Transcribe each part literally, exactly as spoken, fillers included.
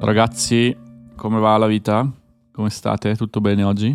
Ragazzi, come va la vita? Come state? Tutto bene oggi?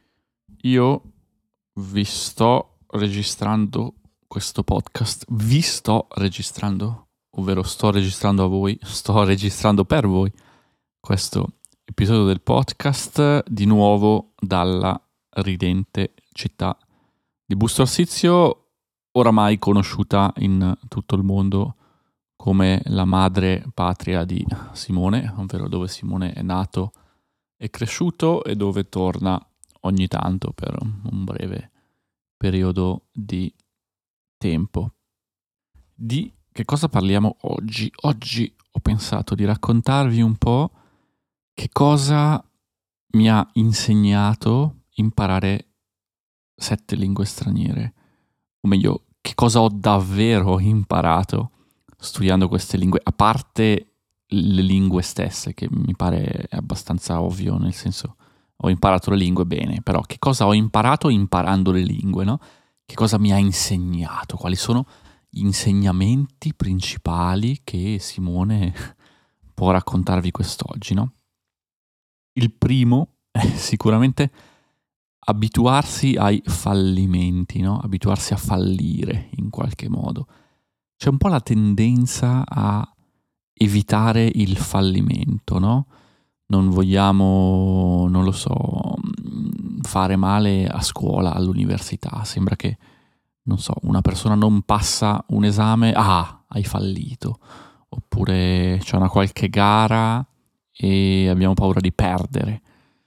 Io vi sto registrando questo podcast. Vi sto registrando, ovvero sto registrando a voi, sto registrando per voi questo episodio del podcast, di nuovo dalla ridente città di Busto Arsizio, oramai conosciuta in tutto il mondo come la madre patria di Simone, ovvero dove Simone è nato e cresciuto e dove torna ogni tanto per un breve periodo di tempo. Di che cosa parliamo oggi? Oggi ho pensato di raccontarvi un po' che cosa mi ha insegnato imparare sette lingue straniere, o meglio, che cosa ho davvero imparato studiando queste lingue, a parte le lingue stesse, che mi pare abbastanza ovvio, nel senso, ho imparato le lingue bene, però che cosa ho imparato imparando le lingue, no? Che cosa mi ha insegnato? Quali sono gli insegnamenti principali che Simone può raccontarvi quest'oggi, no? Il primo è sicuramente abituarsi ai fallimenti, no? Abituarsi a fallire in qualche modo. C'è un po' la tendenza a evitare il fallimento, no? Non vogliamo, non lo so, fare male a scuola, all'università. Sembra che, non so, una persona non passa un esame, ah, hai fallito. Oppure c'è una qualche gara e abbiamo paura di perdere.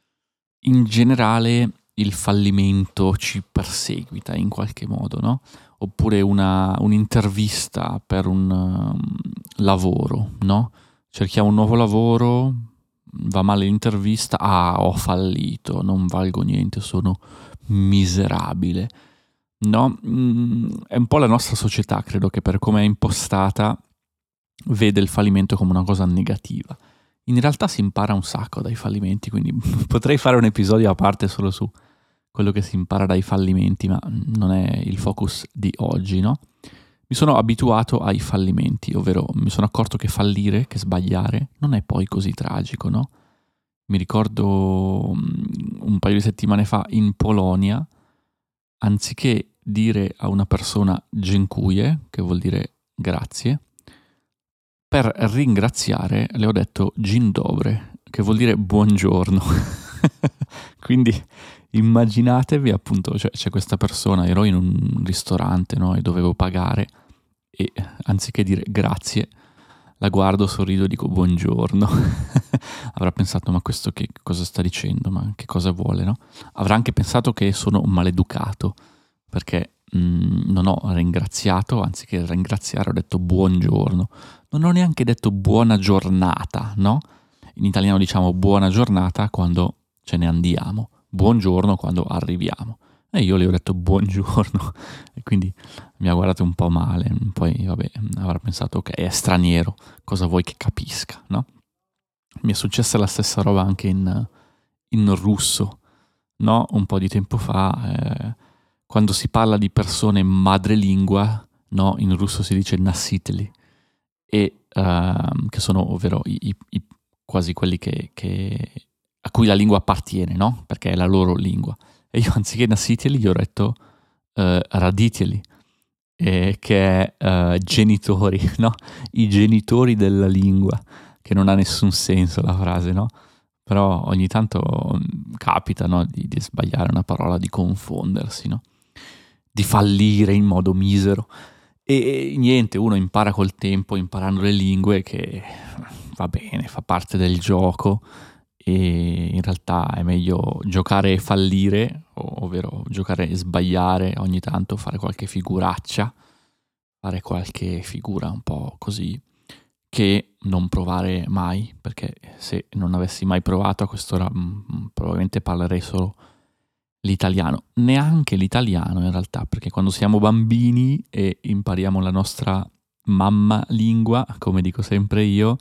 In generale il fallimento ci perseguita in qualche modo, no? Oppure una, un'intervista per un um, lavoro, no? Cerchiamo un nuovo lavoro, va male l'intervista, ah, ho fallito, non valgo niente, sono miserabile, no? Mm, è un po' la nostra società, credo, che per come è impostata vede il fallimento come una cosa negativa. In realtà si impara un sacco dai fallimenti, quindi potrei fare un episodio a parte solo su quello che si impara dai fallimenti, ma non è il focus di oggi, no? Mi sono abituato ai fallimenti, ovvero mi sono accorto che fallire, che sbagliare, non è poi così tragico, no? Mi ricordo un paio di settimane fa in Polonia, anziché dire a una persona dziękuję, che vuol dire grazie, per ringraziare le ho detto dzień dobry, che vuol dire buongiorno. Quindi immaginatevi, appunto, cioè, c'è questa persona, ero in un ristorante, no, e dovevo pagare e anziché dire grazie la guardo, sorrido e dico buongiorno. Avrà pensato, ma questo che cosa sta dicendo, ma che cosa vuole, no? Avrà anche pensato che sono maleducato perché mh, non ho ringraziato, anziché ringraziare ho detto buongiorno. Non ho neanche detto buona giornata, no? In italiano diciamo buona giornata quando ce ne andiamo, buongiorno quando arriviamo. E io le ho detto buongiorno e quindi mi ha guardato un po' male, poi vabbè, avrà pensato ok, è straniero, cosa vuoi che capisca, no? Mi è successa la stessa roba anche in, in russo, no? Un po' di tempo fa, eh, quando si parla di persone madrelingua, no? In russo si dice nasiteli, e uh, che sono, ovvero i, i, i, quasi quelli che, che, a cui la lingua appartiene, no? Perché è la loro lingua. E io anziché nasiteli gli ho detto uh, raditeli, eh, che è uh, genitori, no? I genitori della lingua, che non ha nessun senso la frase, no? Però ogni tanto capita, no? Di, di sbagliare una parola, di confondersi, no? Di fallire in modo misero. E niente, uno impara col tempo, imparando le lingue, che va bene, fa parte del gioco, e in realtà è meglio giocare e fallire, ovvero giocare e sbagliare ogni tanto, fare qualche figuraccia, fare qualche figura un po' così, che non provare mai, perché se non avessi mai provato a quest'ora mh, probabilmente parlerei solo l'italiano, neanche l'italiano in realtà, perché quando siamo bambini e impariamo la nostra mamma lingua, come dico sempre io,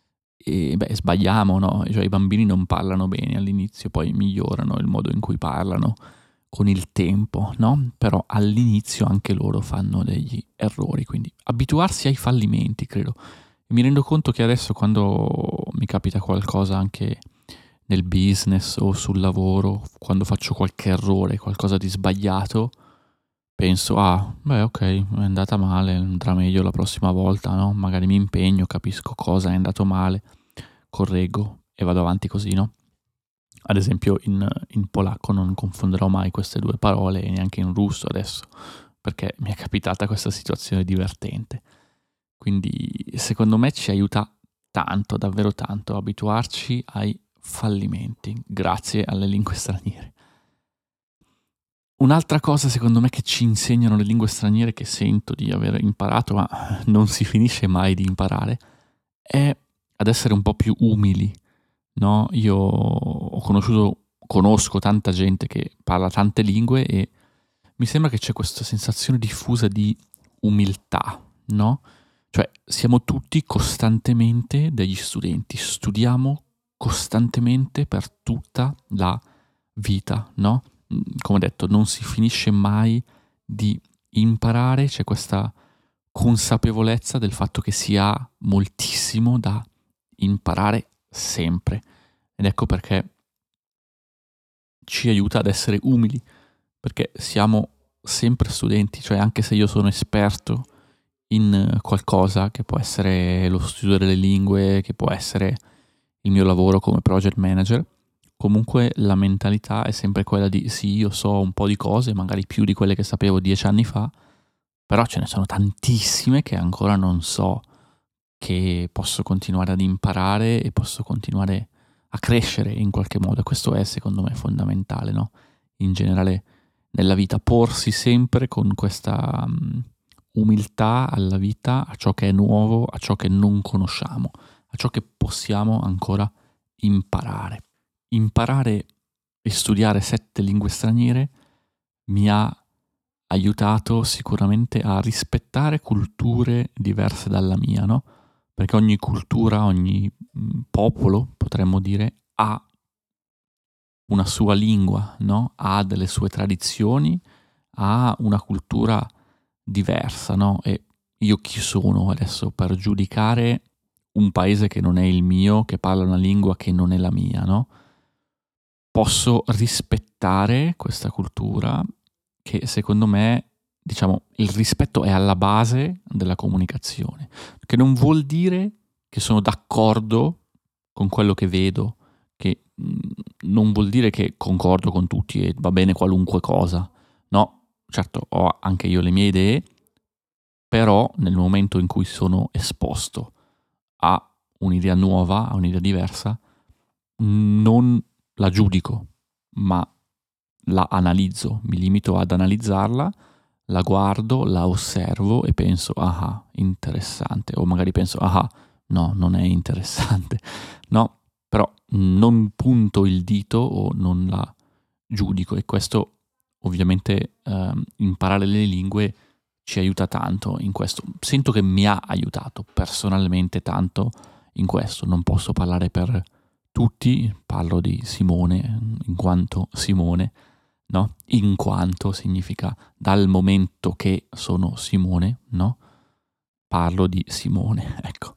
e beh, sbagliamo, no? Cioè i bambini non parlano bene all'inizio, poi migliorano il modo in cui parlano con il tempo, no? Però all'inizio anche loro fanno degli errori, quindi abituarsi ai fallimenti, credo. E mi rendo conto che adesso, quando mi capita qualcosa anche nel business o sul lavoro, quando faccio qualche errore, qualcosa di sbagliato, penso, ah, beh, ok, è andata male, andrà meglio la prossima volta, no? Magari mi impegno, capisco cosa è andato male, correggo e vado avanti così, no? Ad esempio in, in polacco non confonderò mai queste due parole, e neanche in russo adesso, perché mi è capitata questa situazione divertente. Quindi secondo me ci aiuta tanto, davvero tanto, abituarci ai fallimenti grazie alle lingue straniere. Un'altra cosa secondo me che ci insegnano le lingue straniere, che sento di aver imparato, ma non si finisce mai di imparare, è ad essere un po' più umili, no? Io ho conosciuto, conosco tanta gente che parla tante lingue e mi sembra che c'è questa sensazione diffusa di umiltà, no? Cioè siamo tutti costantemente degli studenti, studiamo costantemente per tutta la vita, no? Come ho detto, non si finisce mai di imparare, c'è questa consapevolezza del fatto che si ha moltissimo da imparare sempre. Ed ecco perché ci aiuta ad essere umili, perché siamo sempre studenti, cioè anche se io sono esperto in qualcosa, che può essere lo studio delle lingue, che può essere il mio lavoro come project manager, comunque la mentalità è sempre quella di sì, io so un po' di cose, magari più di quelle che sapevo dieci anni fa, però ce ne sono tantissime che ancora non so, che posso continuare ad imparare e posso continuare a crescere in qualche modo. E questo è secondo me fondamentale, no? In generale nella vita, porsi sempre con questa um, umiltà alla vita, a ciò che è nuovo, a ciò che non conosciamo, a ciò che possiamo ancora imparare. Imparare e studiare sette lingue straniere mi ha aiutato sicuramente a rispettare culture diverse dalla mia, no? Perché ogni cultura, ogni mh, popolo, potremmo dire, ha una sua lingua, no? Ha delle sue tradizioni, ha una cultura diversa, no? E io chi sono adesso per giudicare un paese che non è il mio, che parla una lingua che non è la mia, no? Posso rispettare questa cultura, che secondo me, diciamo, il rispetto è alla base della comunicazione, che non vuol dire che sono d'accordo con quello che vedo, che mh, non vuol dire che concordo con tutti e va bene qualunque cosa. No, certo, ho anche io le mie idee, però nel momento in cui sono esposto a un'idea nuova, a un'idea diversa, non la giudico, ma la analizzo, mi limito ad analizzarla, la guardo, la osservo e penso, ah, interessante, o magari penso, ah, no, non è interessante, no, però non punto il dito o non la giudico, e questo ovviamente ehm, imparare le lingue ci aiuta tanto in questo. Sento che mi ha aiutato personalmente tanto in questo. Non posso parlare per tutti, parlo di Simone in quanto Simone, no? In quanto significa dal momento che sono Simone, no? Parlo di Simone, ecco.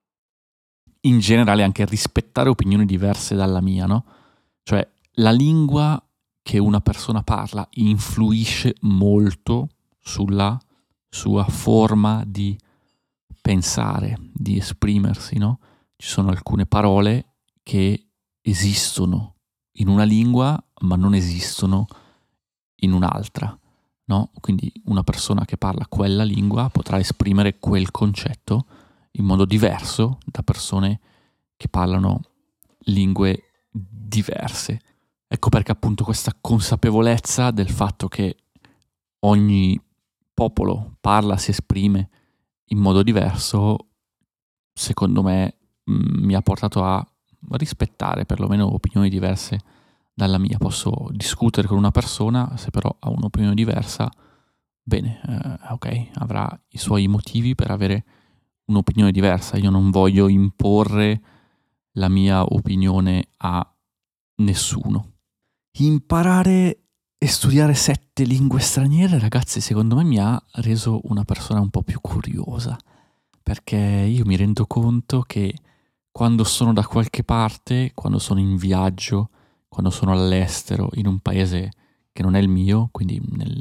In generale anche rispettare opinioni diverse dalla mia, no? Cioè la lingua che una persona parla influisce molto sulla sua forma di pensare, di esprimersi, no? Ci sono alcune parole che esistono in una lingua ma non esistono in un'altra, no? Quindi una persona che parla quella lingua potrà esprimere quel concetto in modo diverso da persone che parlano lingue diverse. Ecco perché appunto questa consapevolezza del fatto che ogni popolo parla, si esprime in modo diverso, secondo me mh, mi ha portato a rispettare perlomeno opinioni diverse dalla mia. Posso discutere con una persona, se però ha un'opinione diversa, bene, eh, ok, avrà i suoi motivi per avere un'opinione diversa. Io non voglio imporre la mia opinione a nessuno. Imparare e studiare sette lingue straniere, ragazzi, secondo me mi ha reso una persona un po' più curiosa, perché io mi rendo conto che quando sono da qualche parte, quando sono in viaggio, quando sono all'estero, in un paese che non è il mio, quindi nel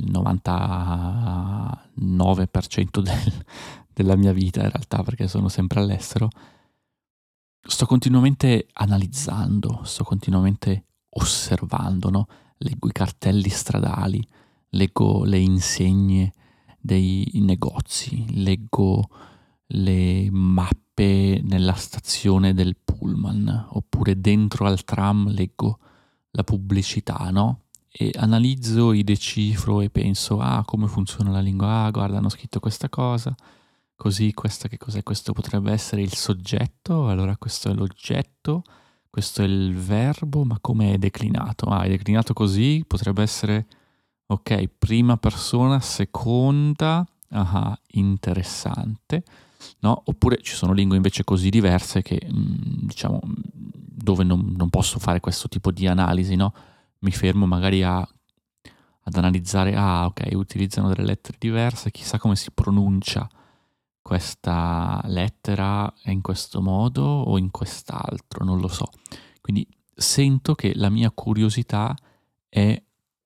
novantanove per cento del, della mia vita in realtà, perché sono sempre all'estero, sto continuamente analizzando, sto continuamente osservando, no? Leggo i cartelli stradali, leggo le insegne dei negozi, leggo le mappe nella stazione del pullman, oppure dentro al tram leggo la pubblicità, no? E analizzo, i decifro e penso, ah, come funziona la lingua? Ah, guarda, hanno scritto questa cosa, così questa che cos'è? Questo potrebbe essere il soggetto, allora questo è l'oggetto, questo è il verbo, ma come è declinato? Ah, è declinato così, potrebbe essere, ok, prima persona, seconda, ah, interessante, no? Oppure ci sono lingue invece così diverse che, mh, diciamo, dove non, non posso fare questo tipo di analisi, no? Mi fermo magari a, ad analizzare, ah, ok, utilizzano delle lettere diverse, chissà come si pronuncia questa lettera in questo modo o in quest'altro, non lo so. Quindi sento che la mia curiosità è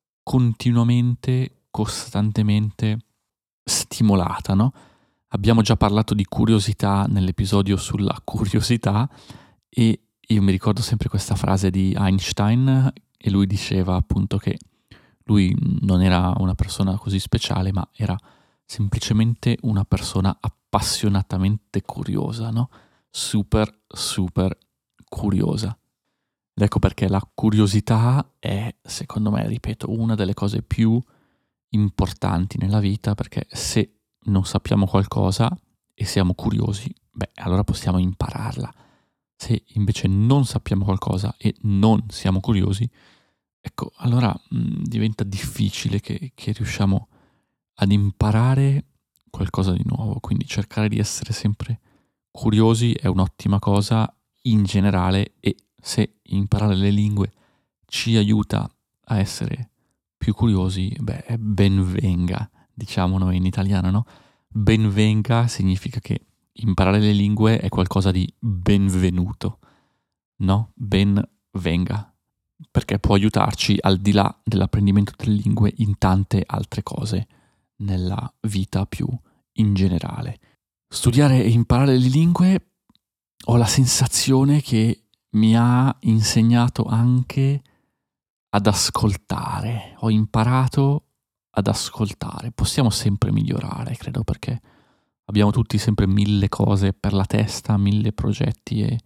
continuamente, costantemente stimolata, no? Abbiamo già parlato di curiosità nell'episodio sulla curiosità e io mi ricordo sempre questa frase di Einstein e lui diceva appunto che lui non era una persona così speciale, ma era semplicemente una persona appassionatamente curiosa, no? Super, super curiosa. Ed ecco perché la curiosità è, secondo me, ripeto, una delle cose più importanti nella vita, perché se non sappiamo qualcosa e siamo curiosi, beh, allora possiamo impararla. Se invece non sappiamo qualcosa e non siamo curiosi, ecco, allora mh, diventa difficile che, che riusciamo ad imparare qualcosa di nuovo. Quindi cercare di essere sempre curiosi è un'ottima cosa in generale e se imparare le lingue ci aiuta a essere più curiosi, beh, ben venga, diciamo noi in italiano, no? Ben venga significa che imparare le lingue è qualcosa di benvenuto, no? Ben venga, perché può aiutarci al di là dell'apprendimento delle lingue in tante altre cose nella vita più in generale. Studiare e imparare le lingue ho la sensazione che mi ha insegnato anche ad ascoltare. Ho imparato ad ascoltare. Possiamo sempre migliorare, credo, perché abbiamo tutti sempre mille cose per la testa, mille progetti e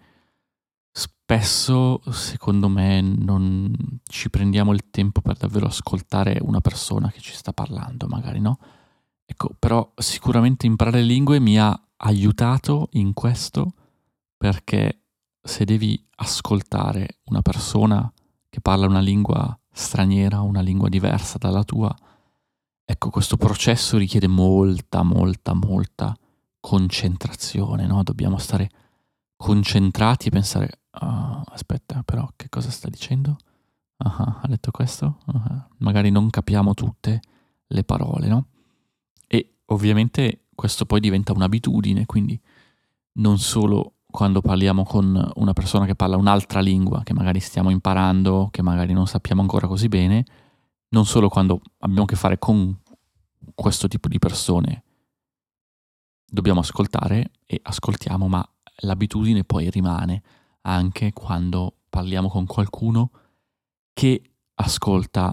spesso, secondo me, non ci prendiamo il tempo per davvero ascoltare una persona che ci sta parlando, magari, no? Ecco, però sicuramente imparare lingue mi ha aiutato in questo perché se devi ascoltare una persona che parla una lingua straniera, una lingua diversa dalla tua, ecco, questo processo richiede molta, molta, molta concentrazione, no? Dobbiamo stare concentrati e pensare, "Ah, aspetta, però che cosa sta dicendo? Ah, ha detto questo? Ah, magari non capiamo tutte le parole, no? E ovviamente questo poi diventa un'abitudine, quindi non solo quando parliamo con una persona che parla un'altra lingua, che magari stiamo imparando, che magari non sappiamo ancora così bene, non solo quando abbiamo a che fare con questo tipo di persone, dobbiamo ascoltare e ascoltiamo, ma l'abitudine poi rimane anche quando parliamo con qualcuno che ascolta,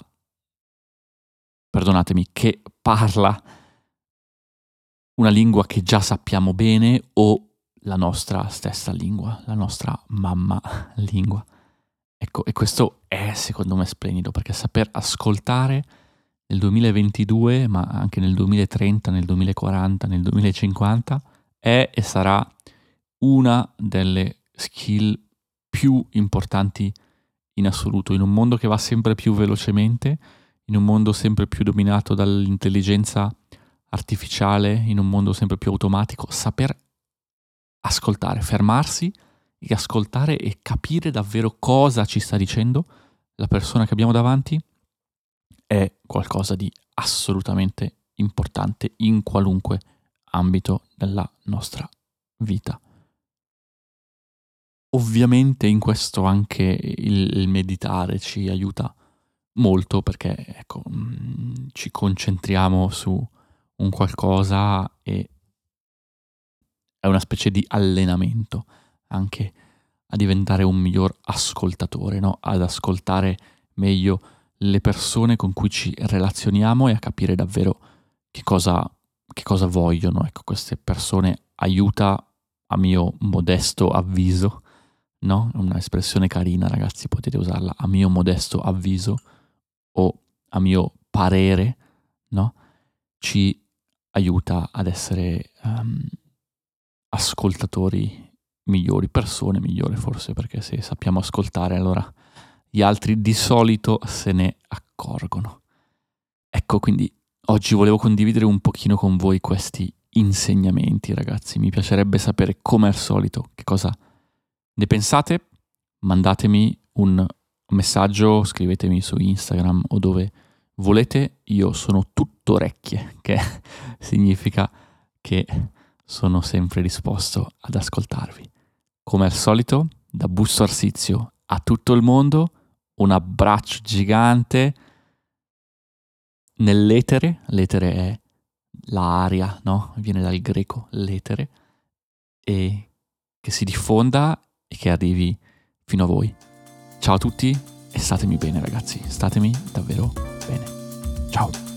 perdonatemi, che parla una lingua che già sappiamo bene o la nostra stessa lingua, la nostra mamma lingua. Ecco, e questo è secondo me splendido, perché saper ascoltare nel duemilaventidue, ma anche nel duemilatrenta, nel duemilaquaranta, nel duemilacinquanta, è e sarà una delle skill più importanti in assoluto, in un mondo che va sempre più velocemente, in un mondo sempre più dominato dall'intelligenza artificiale, in un mondo sempre più automatico, saper ascoltare, fermarsi e ascoltare e capire davvero cosa ci sta dicendo la persona che abbiamo davanti è qualcosa di assolutamente importante in qualunque ambito della nostra vita. Ovviamente in questo anche il, il meditare ci aiuta molto perché ecco, mh, ci concentriamo su un qualcosa e è una specie di allenamento anche a diventare un miglior ascoltatore, no? Ad ascoltare meglio le persone con cui ci relazioniamo e a capire davvero che cosa, che cosa vogliono. Ecco, queste persone aiuta, a mio modesto avviso, no? È un'espressione carina, ragazzi, potete usarla, a mio modesto avviso o a mio parere, no? Ci aiuta ad essere um, ascoltatori migliori, persone migliori forse, perché se sappiamo ascoltare allora gli altri di solito se ne accorgono. Ecco, quindi oggi volevo condividere un pochino con voi questi insegnamenti, ragazzi. Mi piacerebbe sapere, come al solito, che cosa ne pensate. Mandatemi un messaggio, scrivetemi su Instagram o dove volete. Io sono tutto orecchie, che significa che sono sempre disposto ad ascoltarvi. Come al solito, da Busto Arsizio a tutto il mondo, un abbraccio gigante nell'etere. L'etere è l'aria, no? Viene dal greco l'etere, e che si diffonda e che arrivi fino a voi. Ciao a tutti e statemi bene, ragazzi, statemi davvero bene. Ciao.